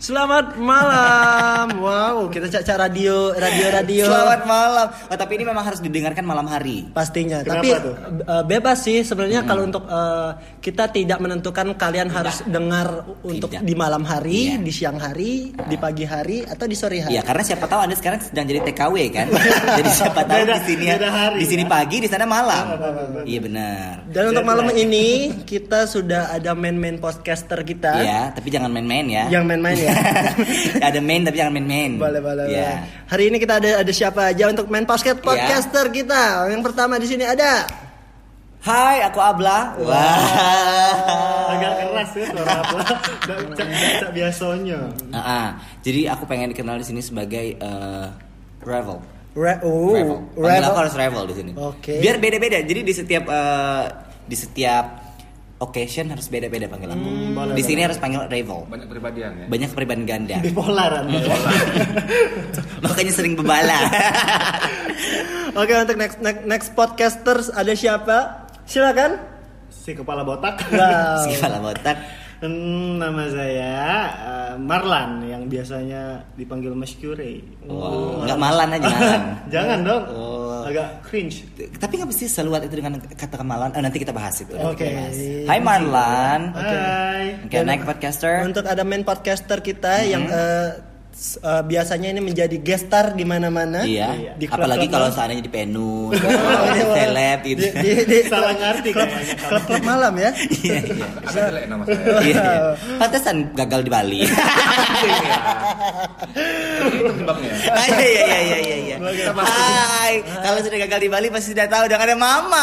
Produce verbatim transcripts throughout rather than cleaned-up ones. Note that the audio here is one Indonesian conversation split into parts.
Selamat malam. Wow, kita cak radio, radio, radio. Selamat malam. Oh, tapi ini memang harus didengarkan malam hari. Pastinya. Kenapa tapi tuh? Uh, bebas sih sebenarnya Hmm. kalau untuk uh, kita tidak menentukan kalian tidak. harus dengar untuk Tidak. di malam hari, Iya. di siang hari, di pagi hari atau di sore hari. Iya, karena siapa tahu Anda sekarang sedang jadi T K W kan. Jadi siapa tahu Beda- di sini beda hari, di sini ya? pagi, di sana malam. Iya benar. Dan untuk Jet malam lag. ini kita sudah ada main-main podcaster kita. Iya, tapi jangan main-main ya. Yang main-main ya. Ada main tapi jangan main-main. Boleh, boleh, Iya. boleh. Hari ini kita ada ada siapa aja untuk main podcast podcaster kita. Yang pertama di sini ada. Hai, aku Abla. Wah. Agak keras ya suara apa? Tidak biasanya. Uh-uh. Jadi aku pengen dikenal di sini sebagai uh, Revel. Re- oh, Revel. Panggil aku harus Revel di sini. Oke. Biar beda-beda. Jadi di setiap uh, di setiap occasion harus beda-beda panggil aku. Hmm, boleh, di sini boleh. harus panggil Revel. Banyak kepribadian ya. Banyak kepribadian ganda. Bipolar Anda. Makanya sering bebala. Oke, untuk next, next next podcasters ada siapa? Silakan. Si kepala botak. Wow. Si kepala botak. Hmm, nama saya uh, Marlan yang biasanya dipanggil Mas Cure. Oh, enggak malan aja malan. Jangan dong. Oh. Agak cringe. Tapi nggak mesti seluat itu dengan kata kemalan. Oh, nanti kita bahas itu. nanti Oke. kita bahas. Hai Marlan. Hai. Oke, naik podcaster. Untuk ada main podcaster kita yang eh, s- eh, biasanya ini menjadi guest star di mana-mana. Iya. Di Apalagi klub-klub kalau malam. seandainya di penus, iya, seleb gitu. Di, di, di Salah ngerti klub, kayaknya. klub-klub malam ya. Iya, iya. Ada jelek nama saya. Iya. Pantesan gagal di Bali. Itu sebabnya. Ah, Iya iya iya iya iya. iya. Hai, kalau sudah gagal di Bali pasti sudah tahu udah ada Mama.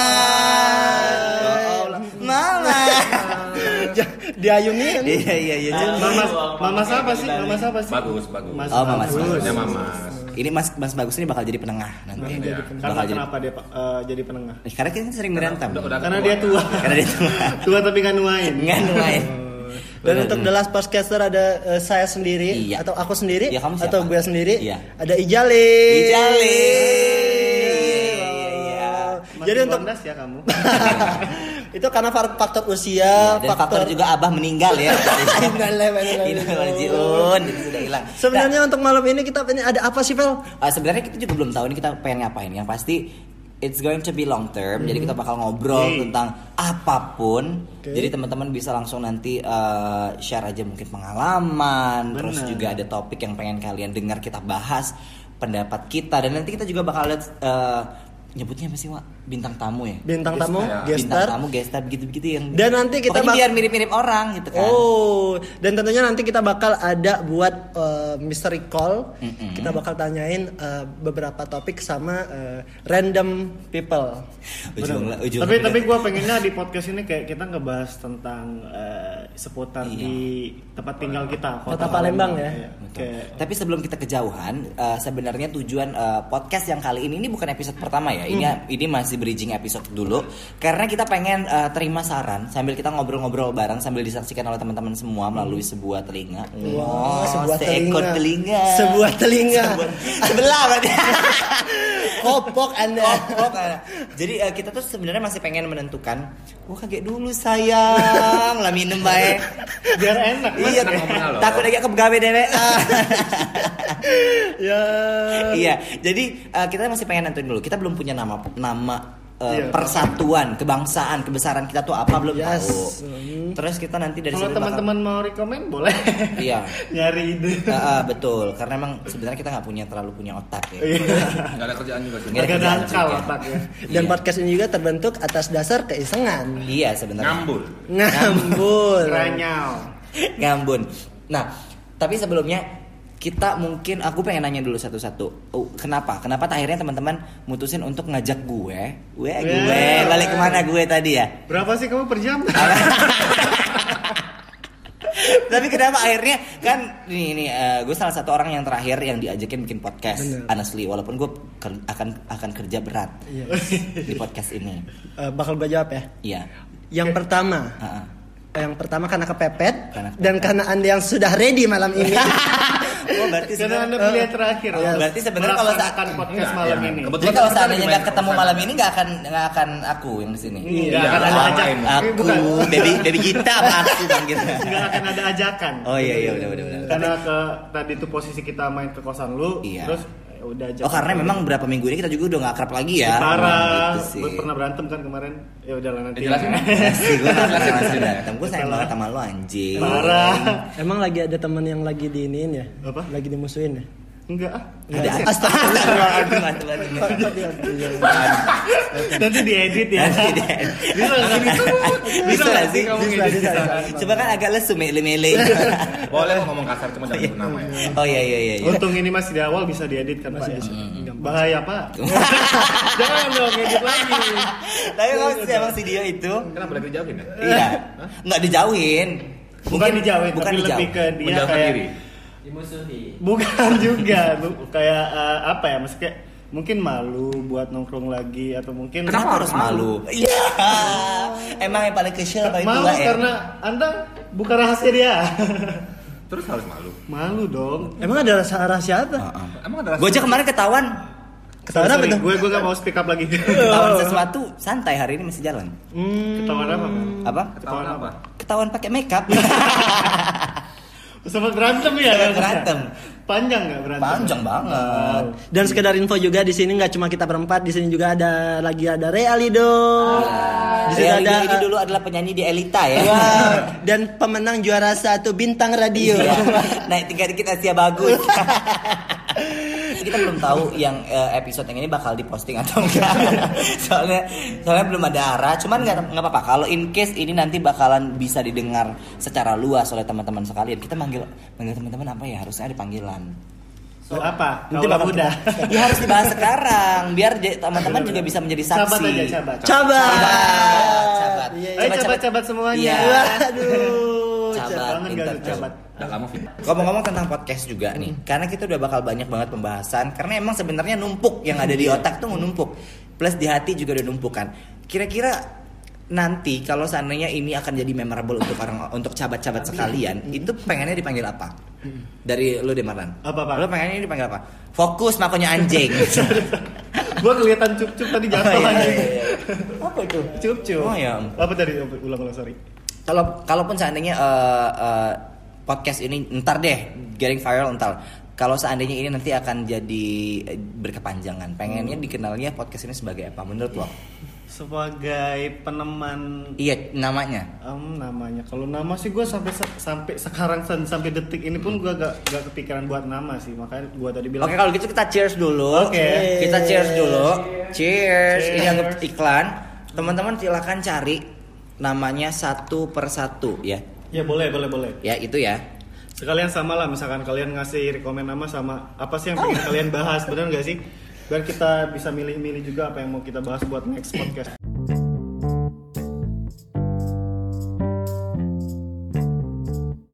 Oh, Allah. Mama. Diayuni kan. Iya iya iya. Mama, mama siapa sih? Mama siapa sih? Bagus, bagus. Mas Oh, Mama Bagus. Maksudnya Mamas. Ini Mas Mas Bagus ini bakal jadi penengah nanti. Iya. Karena Bakal jadi. kenapa dia uh, jadi penengah? Eh, Karena kita sering berantem. Udah, udah Karena dia tua. Karena dia tua. Tua tapi nggak nuain. Enggak main. Dan untuk The Last Podcaster ada eh, saya sendiri Iya. atau aku sendiri Iya, kamu siapa? atau gue sendiri. Iya. Ada Ijali. Ijali. Iya, iya. Masih Jadi untuk bondas ya kamu. itu karena fak- faktor usia, Iya, dan faktor juga Abah meninggal ya. Innalillahi itu sudah hilang. Sebenarnya untuk malam ini kita ini ada apa sih, Vel? Uh, sebenarnya kita juga belum tahu ini kita pengen ngapain. Yang pasti it's going to be long term. Jadi kita bakal ngobrol Oke. tentang apapun. Oke. Jadi teman-teman bisa langsung nanti uh, share aja mungkin pengalaman. Terus Benar. juga ada topik yang pengen kalian dengar kita bahas, pendapat kita, dan nanti kita juga bakal lihat uh, nyebutnya apa sih, Wak? Bintang tamu ya. Bintang Guest tamu, star. guest Bintang star. tamu, guest star begitu-begitu yang. Dan nanti kita Pokoknya bak- biar mirip-mirip orang gitu kan. Oh, dan tentunya nanti kita bakal ada buat uh, mystery call. Mm-mm. Kita bakal tanyain uh, beberapa topik sama uh, random people. Ujung, ujung tapi tapi gue pengennya di podcast ini kayak kita ngebahas tentang eh, seputar Iya. di tempat tinggal kita Kota Palembang ya. Iya. Kayak Tapi sebelum kita kejauhan, uh, sebenarnya tujuan uh, podcast yang kali ini ini bukan episode pertama ya. Ini Hmm. ini masih bridging episode dulu karena kita pengen uh, terima saran sambil kita ngobrol-ngobrol bareng sambil disaksikan oleh teman-teman semua melalui sebuah telinga. Wah, sebuah seekor telinga. Sebuah telinga. Sebuah- sebelah berarti. Kopok Anda. Kopok, Anda. Jadi uh, kita tuh sebenarnya masih pengen menentukan. Wah kaget dulu sayang, lah minum baik. biar enak Mas. Iya, enak ngomongnya loh. takut aja ke begawe dewe. Ya. Iya, jadi uh, kita masih pengen nentuin dulu. Kita belum punya nama nama uh, Iya. persatuan, kebangsaan, kebesaran kita tuh apa belum Yes. tahu. Hmm. Terus kita nanti dari Kalau sini bakal- teman-teman mau rekomen boleh. Iya. Nyari ide. Uh, uh, betul, karena emang sebenarnya kita nggak punya terlalu punya otak ya. Iya. Enggak ada kerjaan juga sih. Nggak ada Agak kerjaan dangkal juga. otaknya. Dan Iya. podcast ini juga terbentuk atas dasar keisengan. Iya sebenarnya. Ngambul. Ngambul. Ranyau. Ngambun. Nah, tapi sebelumnya kita mungkin aku pengen nanya dulu satu-satu. Oh, kenapa? Kenapa akhirnya teman-teman mutusin untuk ngajak gue? Gue, gue Yeah. balik kemana gue tadi ya? Berapa sih kamu per jam? Tapi kenapa akhirnya kan ini ini eh, gue salah satu orang yang terakhir yang diajakin bikin podcast. Bener. Honestly, walaupun gue ker- akan akan kerja berat Iya. di podcast ini. Eh, bakal gue jawab ya. Iya. Yang pertama, Heeh. yang pertama karena kepepet Karena kepepet. dan karena Anda yang sudah ready malam ini. Oh, berarti Karena sebenarnya- Anda pilihan terakhir. Oh, berarti sebenarnya kalau sa- akan podcast Enggak, malam ya. ini. Kebetulan Jadi kalau kita seandainya lagi nggak main ketemu konser. malam ini nggak akan nggak akan aku yang di sini. Enggak Iya, akan ada orang ajakan. lain. Ini Aku, bukan. baby baby Gita apa aku panggilnya. Enggak akan ada ajakan. Oh iya iya udah udah udah. Karena ke tadi tuh posisi kita main ke kosan lu, Iya. terus ya udah aja. Oh karena memang beberapa minggu ini kita juga udah nggak akrab lagi ya. parah. Gitu sih. Gue pernah berantem kan kemarin. Ya udahlah nanti. Eh, jelasin. Ya sih gue nggak Jelasin, pernah jelasin. datang. Gue sayang banget sama lo anjing. Parah. Emang lagi ada teman yang lagi diinin ya? Apa? Lagi dimusuhin ya? Enggak ah. Ada Astagfirullahaladzim. Nanti diedit ya. Nanti diedit. Bisa nggak bisa? Bisa nggak sih? kamu Bisa, ngedit bisa. bisa. Coba kan agak lesu mele-mele. Boleh ngomong kasar cuma jangan sebut nama ya. Oh iya iya iya. iya. Untung ini masih di awal bisa diedit kan Pak. ya? Bahaya Pak. Jangan dong edit lagi. Tapi kalau sih emang si dia itu, Kenapa lagi dijauhin ya? iya, nggak dijauhin. Bukan dijauhin, bukan tapi lebih dijauh. ke dia Menjauhkan kayak diri. bukan juga, bu, kayak eh, apa ya? Maksudnya kayak mungkin malu buat nongkrong lagi atau mungkin Kenapa harus malu? Iya. Emang yang paling kecil paling malu tua ya. karena Anda buka rahasia dia. Terus harus malu. Malu dong. Emang ada rasa rahasia apa? Emang ada Gue aja kemarin ketahuan. Ketahuan apa tuh? Gue gue gak mau speak up lagi. Ketahuan sesuatu santai hari ini masih jalan. Hmm. Ketahuan apa? Pak? Apa? ketahuan apa? Ketahuan pakai makeup. Sempat berantem ya? Sempat berantem. Panjang nggak berantem? Panjang banget. Dan sekedar info juga di sini nggak cuma kita berempat, di sini juga ada lagi ada Rea Lido. Di sini Saya ada ada ini dulu adalah penyanyi di Elita ya. Wah, dan pemenang juara satu bintang radio. Iya. Naik tingkat dikit Asia bagus. Kita belum tahu yang eh, episode yang ini bakal diposting atau enggak. soalnya soalnya belum ada arah. Cuman nggak nggak apa-apa. Kalau in case ini nanti bakalan bisa didengar secara luas oleh teman-teman sekalian, kita manggil manggil teman-teman apa ya? Harusnya ada panggilan. So, apa? Nanti Kalau bakal udah. Ya harus dibahas sekarang biar j- teman-teman juga bisa menjadi saksi. Cabat aja, cabat. Coba. Cabat, cabat. Iya, iya. Ayo cabat-cabat semuanya. Iya. Waduh. Cabat, Kangen pintar gak tuh cabat? Nah, kamu fit. Ngomong-ngomong tentang podcast juga nih, karena kita udah bakal banyak banget pembahasan, karena emang sebenarnya numpuk yang ada di otak tuh numpuk, plus di hati juga udah numpuk kan. Kira-kira nanti kalau seandainya ini akan jadi memorable untuk orang untuk cabat-cabat sekalian, itu pengennya dipanggil apa? Dari lu deh Marlan. Apa, Pak? Lu pengennya dipanggil apa? Fokus makanya anjing. Gue kelihatan cup-cup tadi jatuh Oh, iya, aja. iya, iya. Apa itu? Cup-cup. Oh, iya. Apa tadi? Ulang-ulang sorry. Kalau kalaupun seandainya eh, eh, podcast ini ntar deh getting viral ntar. Kalau seandainya ini nanti akan jadi eh, berkepanjangan, pengennya dikenalnya podcast ini sebagai apa menurut lo? Sebagai peneman. Iya namanya. Um, namanya kalau nama sih gue sampai sampai sekarang sampai detik ini pun gue gak gak kepikiran buat nama sih, makanya gue tadi bilang Oke kalau gitu kita cheers dulu. Oke. Kita cheers dulu. Cheers. Cheers. Ini anggap iklan. Teman-teman silakan cari namanya satu per satu ya. ya boleh boleh boleh Ya itu ya. sekalian sama lah, misalkan kalian ngasih rekomen nama sama apa sih yang pengen kalian bahas, benar nggak sih, biar kita bisa milih-milih juga apa yang mau kita bahas buat next podcast.